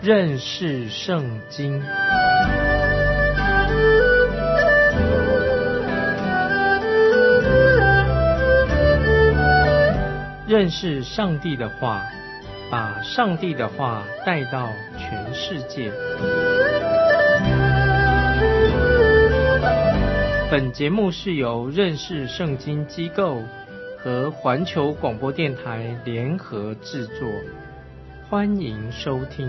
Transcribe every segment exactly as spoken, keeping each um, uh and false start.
认识圣经。认识上帝的话，把上帝的话带到全世界。本节目是由认识圣经机构和环球广播电台联合制作，欢迎收听。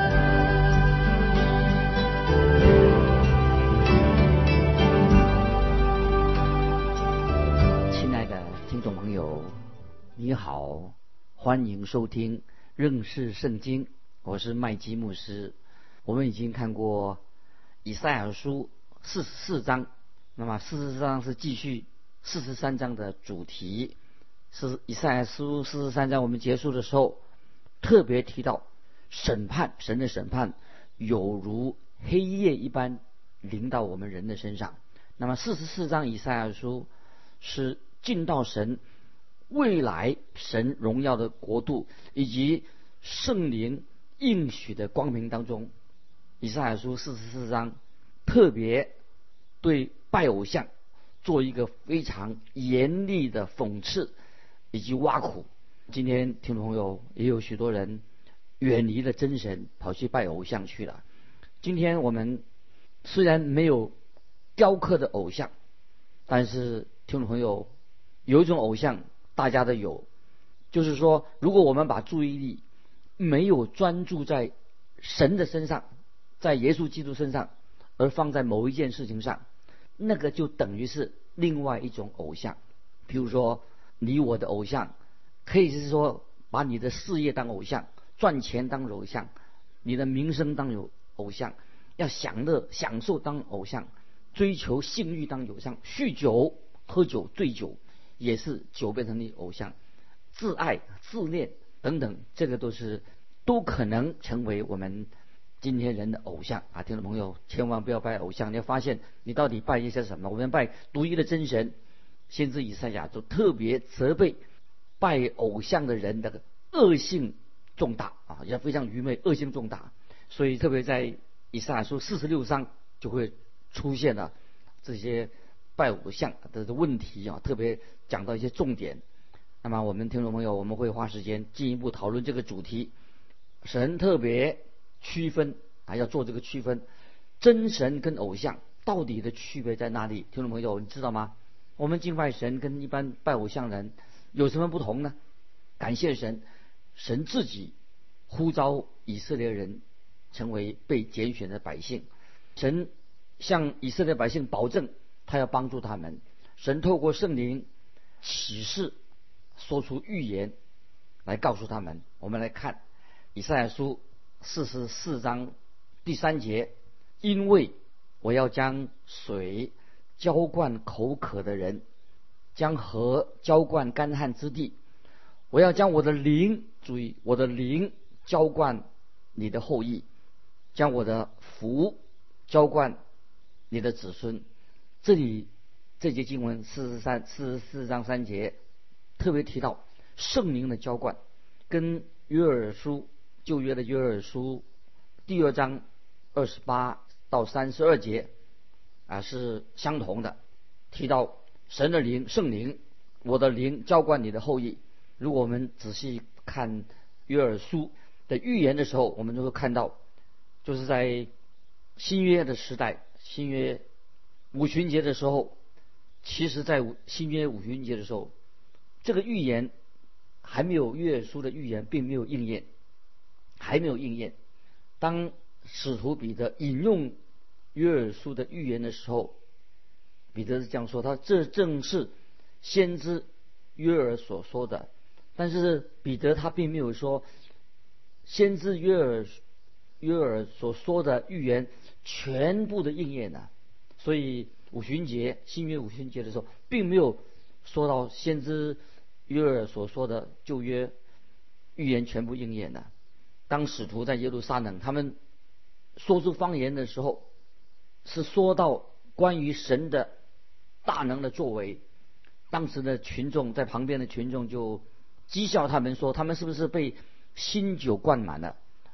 亲爱的听众朋友，你好，欢迎收听认识圣经，我是麦基牧师。我们已经看过以赛亚书四十四章，那么四十四章是继续四十三章的主题。是以赛亚书四十三章我们结束的时候，特别提到审判，神的审判有如黑夜一般临到我们人的身上。那么四十四章以赛亚书是进到神未来神荣耀的国度以及圣灵应许的光明当中。以赛亚书四十四章特别对拜偶像做一个非常严厉的讽刺以及挖苦。今天听众朋友也有许多人远离了真神，跑去拜偶像去了。今天我们虽然没有雕刻的偶像，但是听众朋友有一种偶像大家都有，就是说如果我们把注意力没有专注在神的身上，在耶稣基督身上，而放在某一件事情上，那个就等于是另外一种偶像。比如说你我的偶像可以是说把你的事业当偶像，赚钱当偶像，你的名声当有偶像，要享乐享受当偶像，追求性欲当偶像，酗酒喝酒醉酒也是酒变成你偶像，自爱自恋等等，这个都是都可能成为我们今天人的偶像啊！听众朋友千万不要拜偶像，你要发现你到底拜一些什么。我们拜独一的真神，先知以赛亚就特别责备拜偶像的人的恶性重大啊，也非常愚昧，恶性重大。所以特别在以赛亚书四十六章就会出现了这些拜偶像的问题啊，特别讲到一些重点。那么我们听众朋友，我们会花时间进一步讨论这个主题。神特别区分啊，要做这个区分，真神跟偶像到底的区别在哪里？听众朋友，你知道吗？我们敬拜神跟一般拜偶像人有什么不同呢？感谢神，神自己呼召以色列人成为被拣选的百姓，神向以色列百姓保证他要帮助他们，神透过圣灵启示说出预言来告诉他们。我们来看以赛亚书四十四章第三节，因为我要将水浇灌口渴的人，将河浇灌干旱之地，我要将我的灵，注意我的灵浇灌你的后裔，将我的福浇灌你的子孙。这里这节经文四十三四十四章三节特别提到圣灵的浇灌，跟约珥书旧约的约珥书第二章二十八到三十二节啊是相同的，提到神的灵，圣灵，我的灵浇灌你的后裔。如果我们仔细看约珥书的预言的时候，我们就会看到，就是在新约的时代，新约五旬节的时候，其实在新约五旬节的时候，这个预言还没有，约珥书的预言并没有应验，还没有应验。当使徒彼得引用约珥书的预言的时候，彼得是这样说，他这正是先知约珥所说的。但是彼得他并没有说先知约珥约珥所说的预言全部的应验呢、啊。所以五旬节新约五旬节的时候，并没有说到先知约珥所说的旧约预言全部应验的。当使徒在耶路撒冷他们说出方言的时候，是说到关于神的大能的作为。当时的群众在旁边的群众就讥笑他们说，他们是不是被新酒灌满了？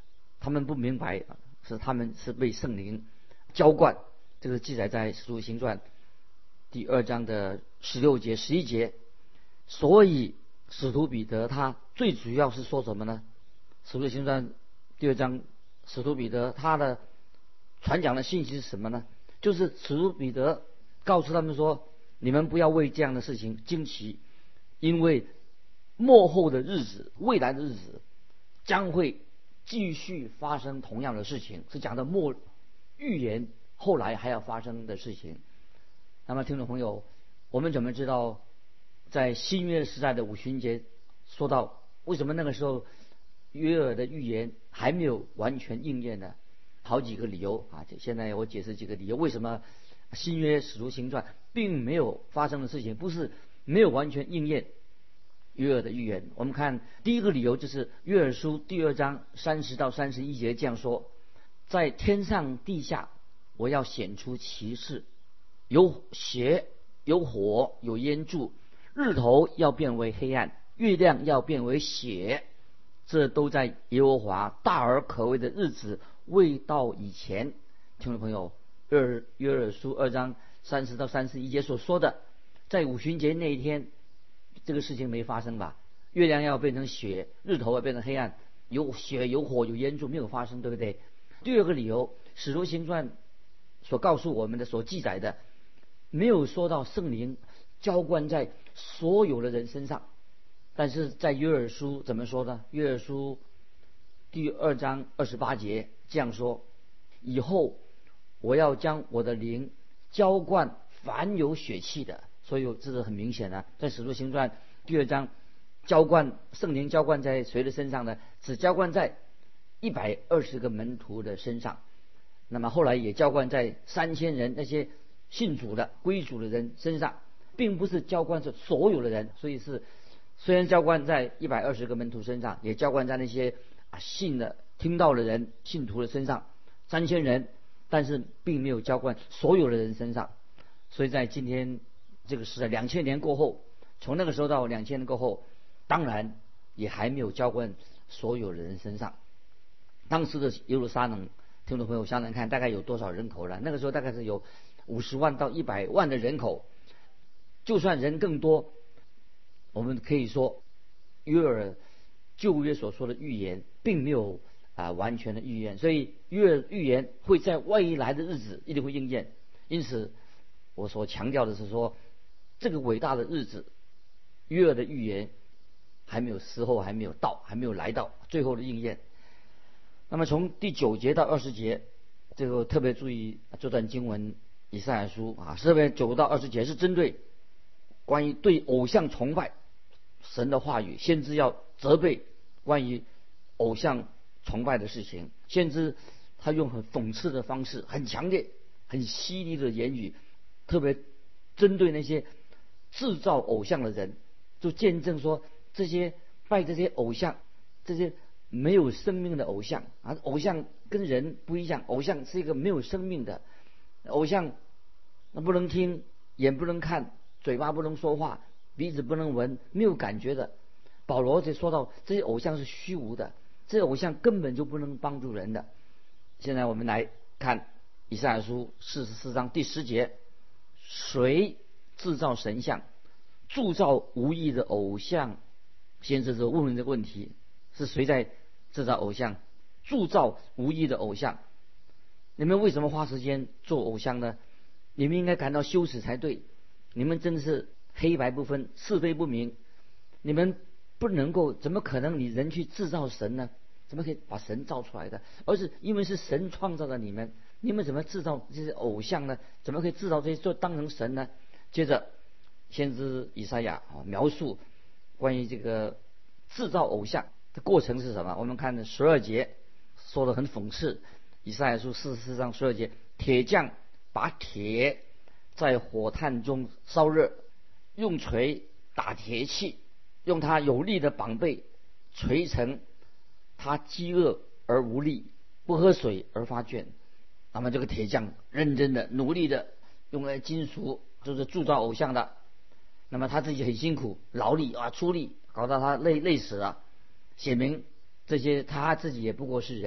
他们不明白是他们是被圣灵浇灌，这个记载在使徒行传第二章的十六节十一节。所以使徒彼得他最主要是说什么呢？使徒行传第二章，使徒彼得他的传讲的信息是什么呢？就是使徒彼得告诉他们说，你们不要为这样的事情惊奇，因为末后的日子，未来的日子将会继续发生同样的事情，是讲的末预言后来还要发生的事情。那么听众朋友，我们怎么知道在新约时代的五旬节说到为什么那个时候约珥的预言还没有完全应验呢？好几个理由啊，现在我解释几个理由，为什么新约使徒行传并没有发生的事情，不是没有完全应验约珥的预言。我们看第一个理由，就是约珥书第二章三十到三十一节这样说：在天上地下我要显出奇事，有血有火有烟柱，日头要变为黑暗，月亮要变为血，这都在耶和华大而可畏的日子未到以前。听众朋友，约约珥书二章三十到三十一节所说的，在五旬节那一天，这个事情没发生吧？月亮要变成血，日头要变成黑暗，有血有火有烟柱，没有发生，对不对？第二个理由，使徒行传所告诉我们的，所记载的，没有说到圣灵浇灌在所有的人身上。但是在约珥书怎么说呢？约珥书第二章二十八节这样说：以后我要将我的灵浇灌凡有血气的。所以这是很明显的，在使徒行传第二章，浇灌圣灵浇灌在谁的身上呢？只浇灌在一百二十个门徒的身上。那么后来也浇灌在三千人那些信主的归主的人身上，并不是浇灌是所有的人。所以是虽然浇灌在一百二十个门徒身上，也浇灌在那些啊信的听到的人信徒的身上三千人，但是并没有浇灌所有的人身上。所以在今天这个时代两千年过后，从那个时候到两千年过后，当然也还没有浇灌所有的人身上。当时的耶路撒冷，听众朋友想想看，大概有多少人口了？那个时候大概是有五十万到一百万的人口。就算人更多，我们可以说约珥旧约所说的预言并没有啊、呃、完全的预言，所以约珥预言会在未来的日子一定会应验。因此我所强调的是说，这个伟大的日子，约珥的预言还没有时候还没有到，还没有来到最后的应验。那么从第九节到二十节，这个特别注意这段经文，以赛亚书啊，特别九到二十节是针对关于对偶像崇拜神的话语，先知要责备关于偶像崇拜的事情。先知他用很讽刺的方式，很强烈很犀利的言语，特别针对那些制造偶像的人，就见证说这些拜这些偶像，这些没有生命的偶像啊，偶像跟人不一样，偶像是一个没有生命的偶像，那不能听，眼不能看，嘴巴不能说话，鼻子不能闻，没有感觉的。保罗就说到这些偶像是虚无的，这些偶像根本就不能帮助人的。现在我们来看以赛亚书四十四章第十节，谁制造神像，铸造无义的偶像？先知就问问这个问题，是谁在制造偶像，铸造无义的偶像？你们为什么花时间做偶像呢？你们应该感到羞耻才对。你们真的是黑白不分，是非不明。你们不能够，怎么可能你人去制造神呢？怎么可以把神造出来的？而是因为是神创造的你们，你们怎么制造这些偶像呢？怎么可以制造这些做当成神呢？接着先知以赛亚啊描述关于这个制造偶像的过程是什么？我们看十二节说得很讽刺。以赛亚书四十四章十二节，铁匠把铁在火炭中烧热，用锤打铁器，用他有力的膀臂锤成。他饥饿而无力，不喝水而发倦。那么这个铁匠认真的努力的用来金属，就是铸造偶像的。那么他自己很辛苦劳力啊，出力，搞到他累累死了。写明这些他自己也不过是人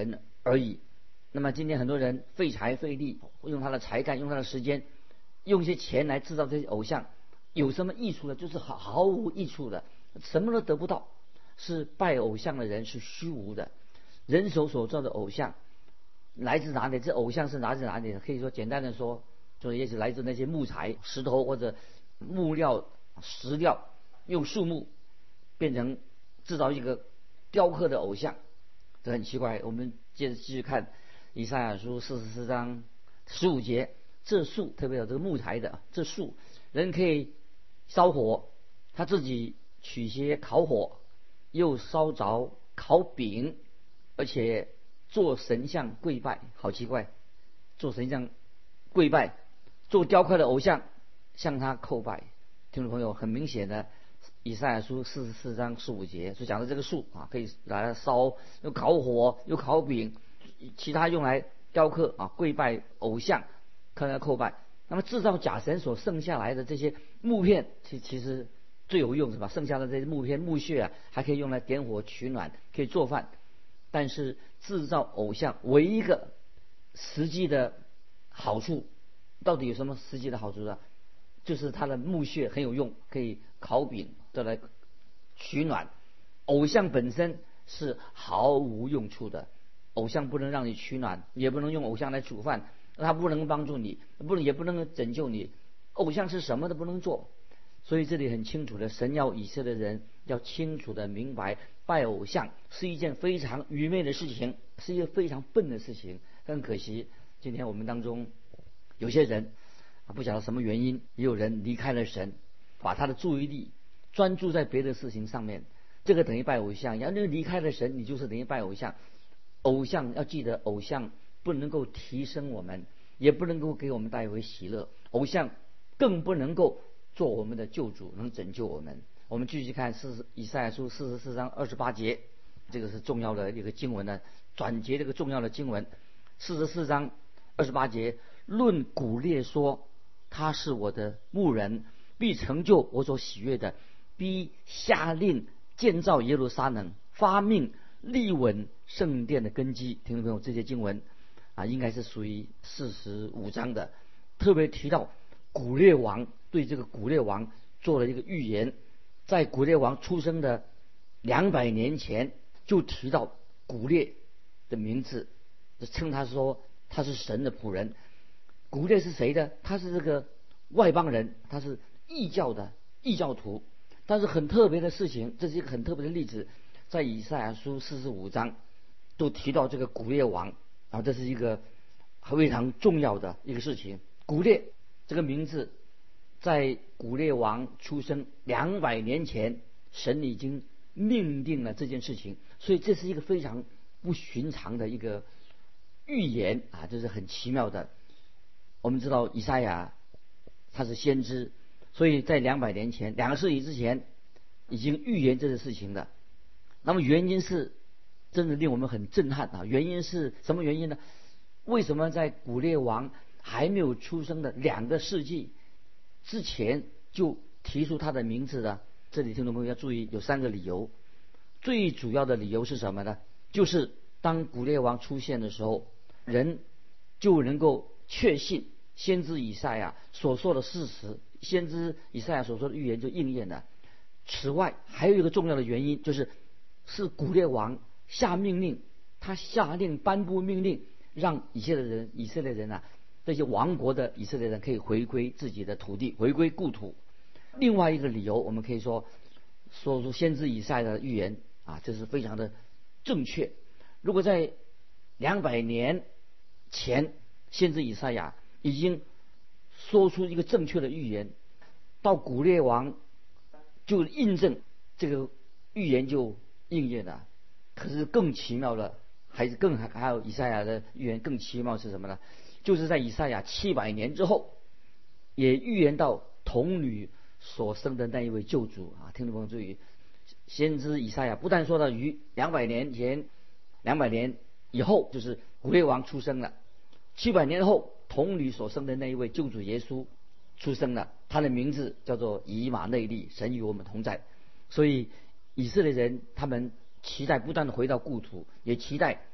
而已。那么今天很多人费财费力，用他的才干，用他的时间，用一些钱来制造这些偶像，有什么益处呢？就是毫毫无益处的，什么都得不到。是拜偶像的人是虚无的，人手所造的偶像来自哪里？这偶像是来自哪里的？可以说简单的说，就是也许来自那些木材、石头或者木料、石料，用树木变成制造一个雕刻的偶像，这很奇怪。我们接着继续看以赛亚书四十四章十五节，这树特别有这个木材的，这树人可以烧火，他自己取些烤火，又烧着烤饼，而且做神像跪拜。好奇怪，做神像跪拜，做雕刻的偶像向他叩拜。听众朋友，很明显的，以赛亚书四十四章十五节就讲的这个树啊，可以来烧，又烤火，又烤饼，其他用来雕刻啊，跪拜偶像，向他叩拜。那么制造假神所剩下来的这些木片，其其实最有用是吧？剩下的这些木片、木屑啊，还可以用来点火取暖，可以做饭。但是制造偶像唯一一个实际的好处，到底有什么实际的好处呢？就是它的木屑很有用，可以烤饼，再来取暖。偶像本身是毫无用处的，偶像不能让你取暖，也不能用偶像来煮饭，它不能帮助你，不能也不能拯救你。偶像是什么都不能做。所以这里很清楚的，神要以色列人要清楚的明白，拜偶像是一件非常愚昧的事情，是一个非常笨的事情。很可惜，今天我们当中有些人啊，不晓得什么原因，也有人离开了神，把他的注意力专注在别的事情上面，这个等于拜偶像。然后你离开了神，你就是等于拜偶像。偶像要记得，偶像不能够提升我们，也不能够给我们带回喜乐，偶像更不能够做我们的救主，能拯救我们。我们继续看四以赛亚书四十四章二十八节，这个是重要的一个经文呢，转节这个重要的经文。四十四章二十八节，论古列说，他是我的牧人，必成就我所喜悦的，必下令建造耶路撒冷，发命立稳圣殿的根基。听众朋友，这些经文啊，应该是属于四十五章的，特别提到古列王，对这个古列王做了一个预言。在古列王出生的两百年前，就提到古列的名字，就称他说他是神的仆人。古列是谁的？他是这个外邦人，他是异教的异教徒。但是很特别的事情，这是一个很特别的例子，在以赛亚书四十五章都提到这个古列王，然后这是一个非常重要的一个事情。古列这个名字，在古列王出生两百年前，神已经命定了这件事情，所以这是一个非常不寻常的一个预言啊，这是很奇妙的。我们知道以赛亚他是先知，所以在两百年前，两个世纪之前，已经预言这个事情的。那么原因是真的令我们很震撼啊！原因是什么原因呢？为什么在古列王还没有出生的两个世纪之前就提出他的名字呢？这里听众朋友要注意，有三个理由。最主要的理由是什么呢？就是当古列王出现的时候，人就能够确信先知以赛亚所说的事实，先知以赛亚所说的预言就应验了。此外，还有一个重要的原因，就是是古列王下命令，他下令颁布命令，让以色列人以色列人啊，这些亡国的以色列人可以回归自己的土地，回归故土。另外一个理由，我们可以说说出先知以赛亚的预言啊，这是非常的正确。如果在两百年前，先知以赛亚已经说出一个正确的预言，到古列王就印证这个预言就应验了。可是更奇妙的，还是更还还有以赛亚的预言更奇妙是什么呢？就是在以赛亚七百年之后，也预言到童女所生的那一位救主啊！听众朋友注意，先知以赛亚不但说到于两百年前、两百年以后，就是古列王出生了；七百年后，童女所生的那一位救主耶稣出生了，他的名字叫做以马内利，神与我们同在。所以以色列人他们期待不断的回到故土，也期待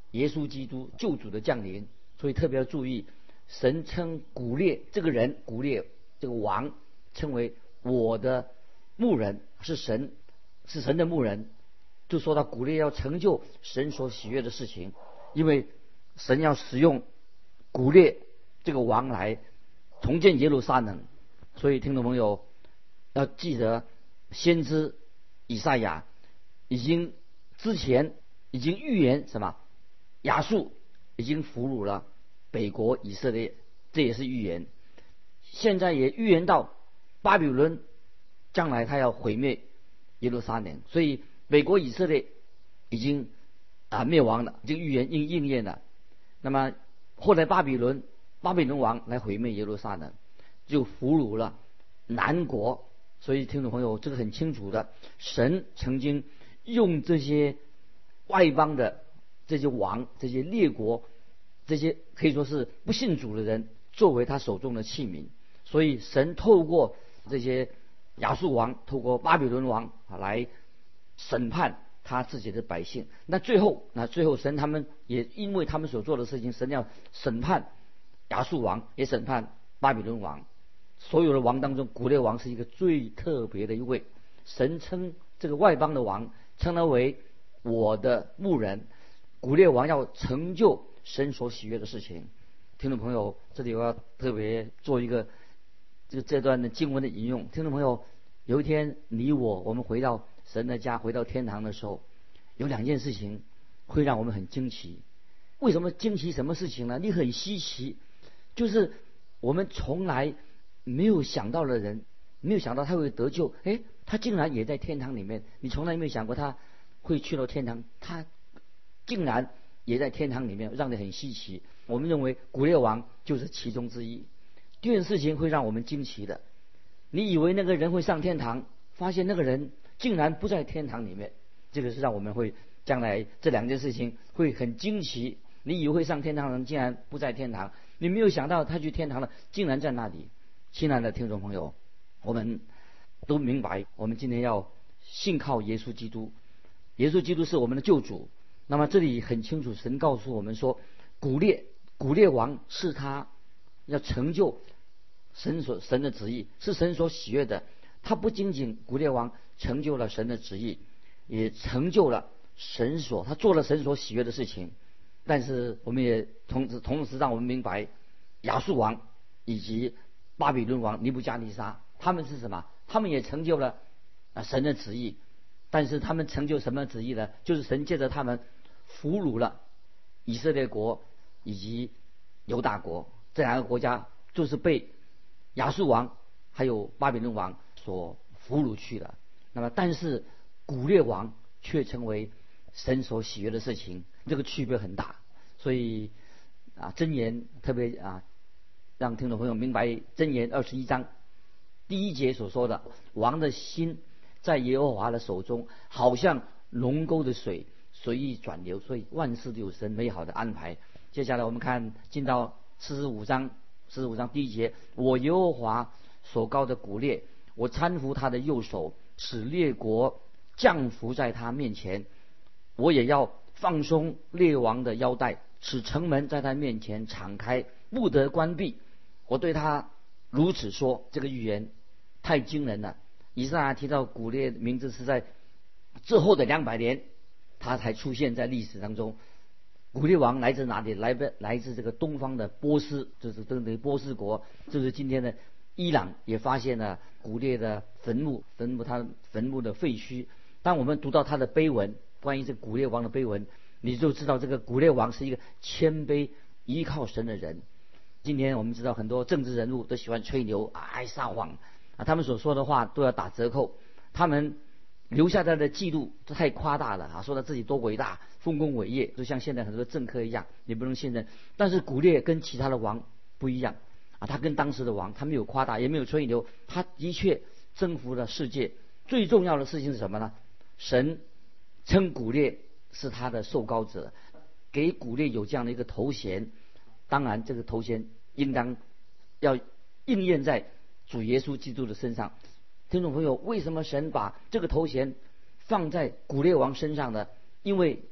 耶稣基督救主的降临，所以特别要注意，神称古列这个人，古列这个王称为我的牧人，是神是神的牧人，就说到古列要成就神所喜悦的事情，因为神要使用古列这个王来重建耶路撒冷。所以听众朋友要记得，先知以赛亚已经之前已经预言什么？亚述已经俘虏了北国以色列，这也是预言。现在也预言到巴比伦将来他要毁灭耶路撒冷，所以北国以色列已经啊灭亡了，这个预言应应验了。那么后来巴比伦巴比伦王来毁灭耶路撒冷，就俘虏了南国。所以听众朋友，这个很清楚的，神曾经用这些外邦的这些王、这些列国、这些可以说是不信主的人，作为他手中的器皿。所以神透过这些亚述王，透过巴比伦王啊来审判他自己的百姓。那最后，那最后神他们也因为他们所做的事情，神要审判亚述王，也审判巴比伦王。所有的王当中，古列王是一个最特别的一位。神称这个外邦的王，称他为我的牧人。古列王要成就神所喜悦的事情。听众朋友，这里我要特别做一个这这段的经文的引用。听众朋友，有一天你我我们回到神的家，回到天堂的时候，有两件事情会让我们很惊奇。为什么惊奇？什么事情呢？你很稀奇，就是我们从来没有想到的人，没有想到他会得救，诶，他竟然也在天堂里面。你从来没有想过他会去到天堂，他竟然也在天堂里面，让你很稀奇。我们认为古列王就是其中之一。第二件事情会让我们惊奇的，你以为那个人会上天堂，发现那个人竟然不在天堂里面。这个是让我们会将来这两件事情会很惊奇。你以为会上天堂的人竟然不在天堂，你没有想到他去天堂了，竟然在那里。亲爱的听众朋友，我们都明白，我们今天要信靠耶稣基督，耶稣基督是我们的救主。那么这里很清楚，神告诉我们说，古列古列王是他要成就神所神的旨意，是神所喜悦的。他不仅仅古列王成就了神的旨意，也成就了神所他做了神所喜悦的事情。但是我们也同时同时让我们明白，亚述王以及巴比伦王尼布加尼撒，他们是什么？他们也成就了啊神的旨意。但是他们成就什么旨意呢？就是神借着他们俘虏了以色列国以及犹大国，这两个国家就是被亚述王还有巴比伦王所俘虏去了。那么但是古列王却成为神所喜悦的事情，这个区别很大。所以啊箴言特别啊让听众朋友明白，箴言二十一章第一节所说的，王的心在耶和华的手中，好像龙沟的水随意转流。所以万事都有神美好的安排。接下来我们看进到四十五章四十五章第一节，我耶和华所高的古列，我搀扶他的右手，使列国降服在他面前。我也要放松列王的腰带，使城门在他面前敞开，不得关闭。我对他如此说。这个预言太惊人了。以赛亚提到古列的名字是在之后的两百年，他才出现在历史当中。古列王来自哪里？来自来自这个东方的波斯，就是等于波斯国，就是今天的伊朗，也发现了古列的坟墓，坟墓他坟墓的废墟。当我们读到他的碑文，关于这古列王的碑文，你就知道这个古列王是一个谦卑依靠神的人。今天我们知道很多政治人物都喜欢吹牛啊，爱撒谎啊，他们所说的话都要打折扣，他们留下来的记录都太夸大了啊，说他自己多伟大，丰功伟业，就像现在很多政客一样，你不能信任。但是古列跟其他的王不一样啊，他跟当时的王，他没有夸大，也没有吹牛，他的确征服了世界。最重要的事情是什么呢？神称古列是他的受膏者，给古列有这样的一个头衔。当然这个头衔应当要应验在主耶稣基督的身上。听众朋友，为什么神把这个头衔放在古列王身上呢？因为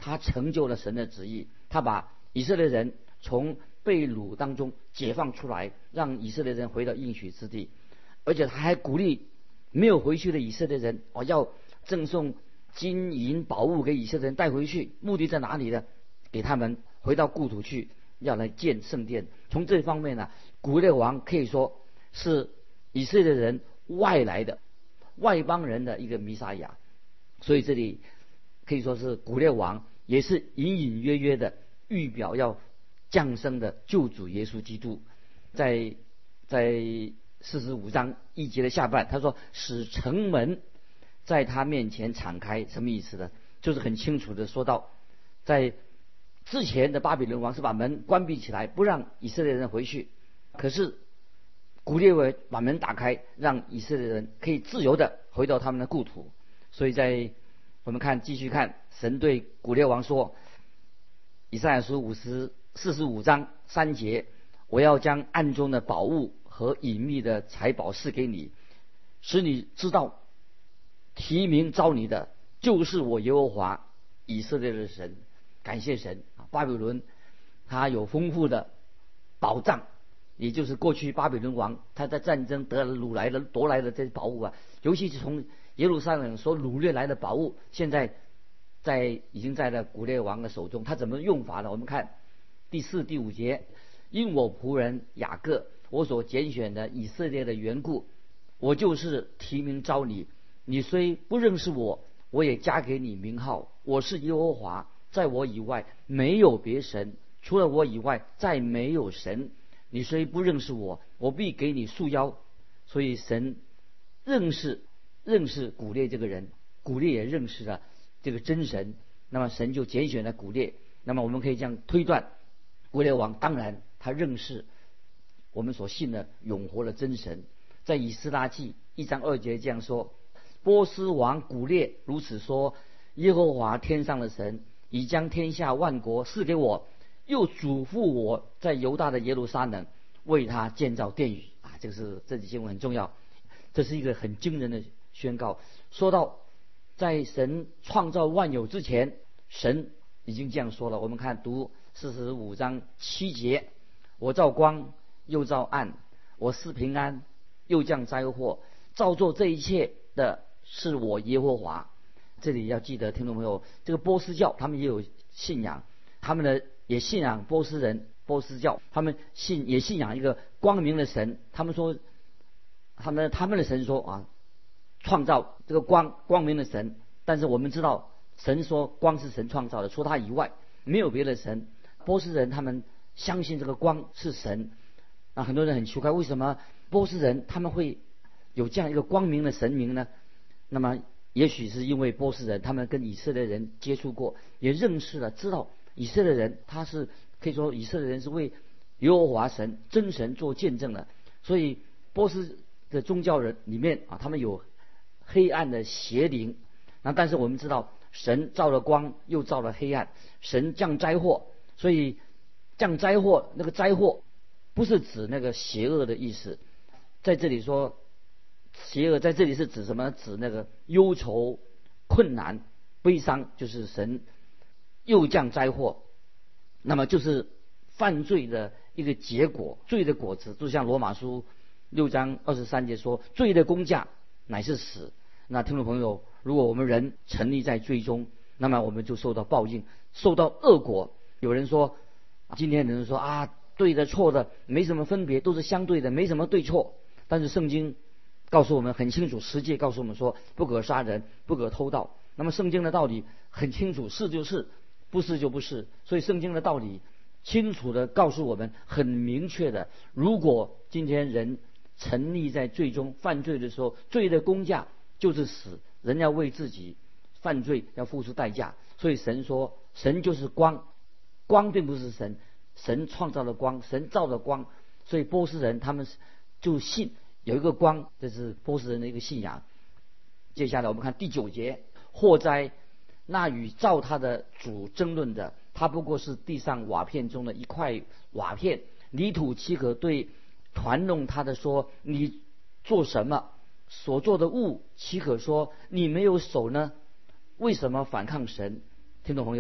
他成就了神的旨意，他把以色列人从被掳当中解放出来，让以色列人回到应许之地。而且他还鼓励没有回去的以色列人，哦，要赠送金银宝物给以色列人带回去。目的在哪里呢？给他们回到故土去，要来建圣殿。从这方面呢，古列王可以说是以色列人外来的外邦人的一个弥撒亚。所以这里可以说是古列王也是隐隐约约的预表要降生的救主耶稣基督。在在四十五章一节的下半，他说使城门在他面前敞开，什么意思呢？就是很清楚的说到，在之前的巴比伦王是把门关闭起来，不让以色列人回去，可是古列王把门打开，让以色列人可以自由的回到他们的故土。所以在我们看继续看，神对古列王说，以赛亚书五十四十五章三节，我要将暗中的宝物和隐秘的财宝赐给你，使你知道提名召你的就是我耶和华以色列的神。感谢神啊！巴比伦他有丰富的宝藏，也就是过去巴比伦王他在战争得了掳来的夺来的这些宝物啊，尤其是从耶路撒冷所掳掠来的宝物，现在在已经在了古列王的手中。他怎么用法呢？我们看第四第五节，因我仆人雅各我所拣选的以色列的缘故，我就是提名召你，你虽不认识我，我也加给你名号，我是耶和华，在我以外没有别神，除了我以外再没有神。你虽不认识我，我必给你束腰。所以神认识认识古列这个人，古列也认识了这个真神，那么神就拣选了古列。那么我们可以这样推断，古列王当然他认识我们所信的永活的真神。在以斯拉记一章二节这样说，波斯王古列如此说，耶和华天上的神已将天下万国赐给我，又嘱咐我在犹大的耶路撒冷为他建造殿宇啊，这个是这节经文很重要，这是一个很惊人的宣告。说到在神创造万有之前，神已经这样说了。我们看读四十五章七节，我造光又造暗，我施平安又降灾祸，造作这一切的是我耶和华。这里要记得，听众朋友，这个波斯教他们也有信仰，他们的也信仰波斯人波斯教，他们信也信仰一个光明的神。他们说，他们他们的神说啊，创造这个光光明的神。但是我们知道，神说光是神创造的，除他以外没有别的神。波斯人他们相信这个光是神。那很多人很奇怪，为什么波斯人他们会有这样一个光明的神明呢？那么也许是因为波斯人他们跟以色列人接触过，也认识了，知道以色列人他是可以说以色列人是为耶和华神真神做见证的。所以波斯的宗教人里面啊，他们有黑暗的邪灵。那但是我们知道，神造了光又造了黑暗，神降灾祸，所以降灾祸那个灾祸不是指那个邪恶的意思，在这里说邪恶在这里是指什么？指那个忧愁、困难、悲伤，就是神又降灾祸，那么就是犯罪的一个结果，罪的果子。就像罗马书六章二十三节说，罪的工价乃是死。那听众朋友，如果我们人沉溺在罪中，那么我们就受到报应，受到恶果。有人说，今天有人说啊，对的错的没什么分别，都是相对的，没什么对错。但是圣经告诉我们很清楚，十诫告诉我们说，不可杀人，不可偷盗。那么圣经的道理很清楚，是就是，不是就不是。所以圣经的道理清楚的告诉我们，很明确的，如果今天人沉溺在罪中犯罪的时候，罪的工价就是死，人要为自己犯罪要付出代价。所以神说，神就是光，光并不是神，神创造了光，神造了光。所以波斯人他们就信有一个光，这是波斯人的一个信仰。接下来我们看第九节，祸哉，那与造他的主争论的，他不过是地上瓦片中的一块瓦片，泥土岂可对团弄他的说，你做什么？所做的物岂可说你没有手呢？为什么反抗神？听众朋友，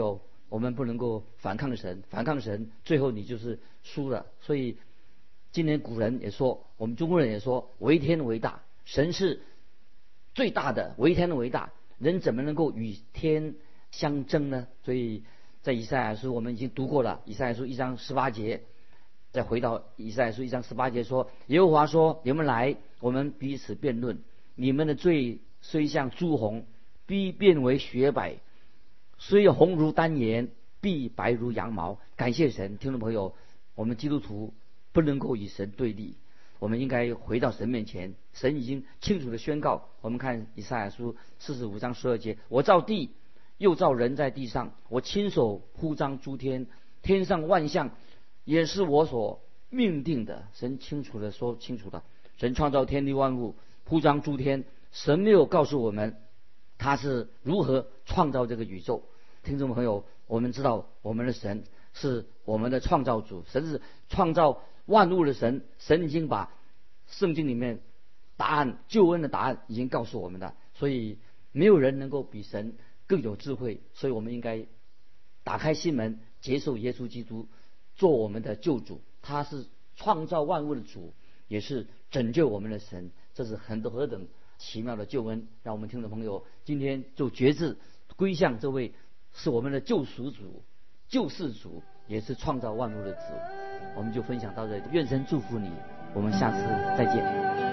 我们不能够反抗神，反抗神，最后你就是输了。所以今年古人也说，我们中国人也说，为天为大，神是最大的，为天为大，人怎么能够与天相争呢？所以在以赛亚书我们已经读过了，以赛亚书一章十八节，再回到以赛亚书一章十八节说，耶和华说，你们来，我们彼此辩论，你们的罪虽像朱红，必变为雪白，虽红如丹颜，必白如羊毛。感谢神，听众朋友，我们基督徒不能够与神对立，我们应该回到神面前。神已经清楚地宣告，我们看以赛亚书四十五章十二节，我造地，又造人在地上，我亲手铺张诸天，天上万象也是我所命定的。神清楚地说清楚的，神创造天地万物，铺张诸天，神没有告诉我们他是如何创造这个宇宙。听众朋友，我们知道我们的神是我们的创造主，神是创造万物的神，神已经把圣经里面答案，救恩的答案已经告诉我们的，所以没有人能够比神更有智慧。所以我们应该打开心门，接受耶稣基督做我们的救主，他是创造万物的主，也是拯救我们的神，这是很何等奇妙的救恩。让我们听众朋友今天就决志归向这位是我们的救赎主、救世主，也是创造万物的主。我们就分享到这里，愿神祝福你，我们下次再见。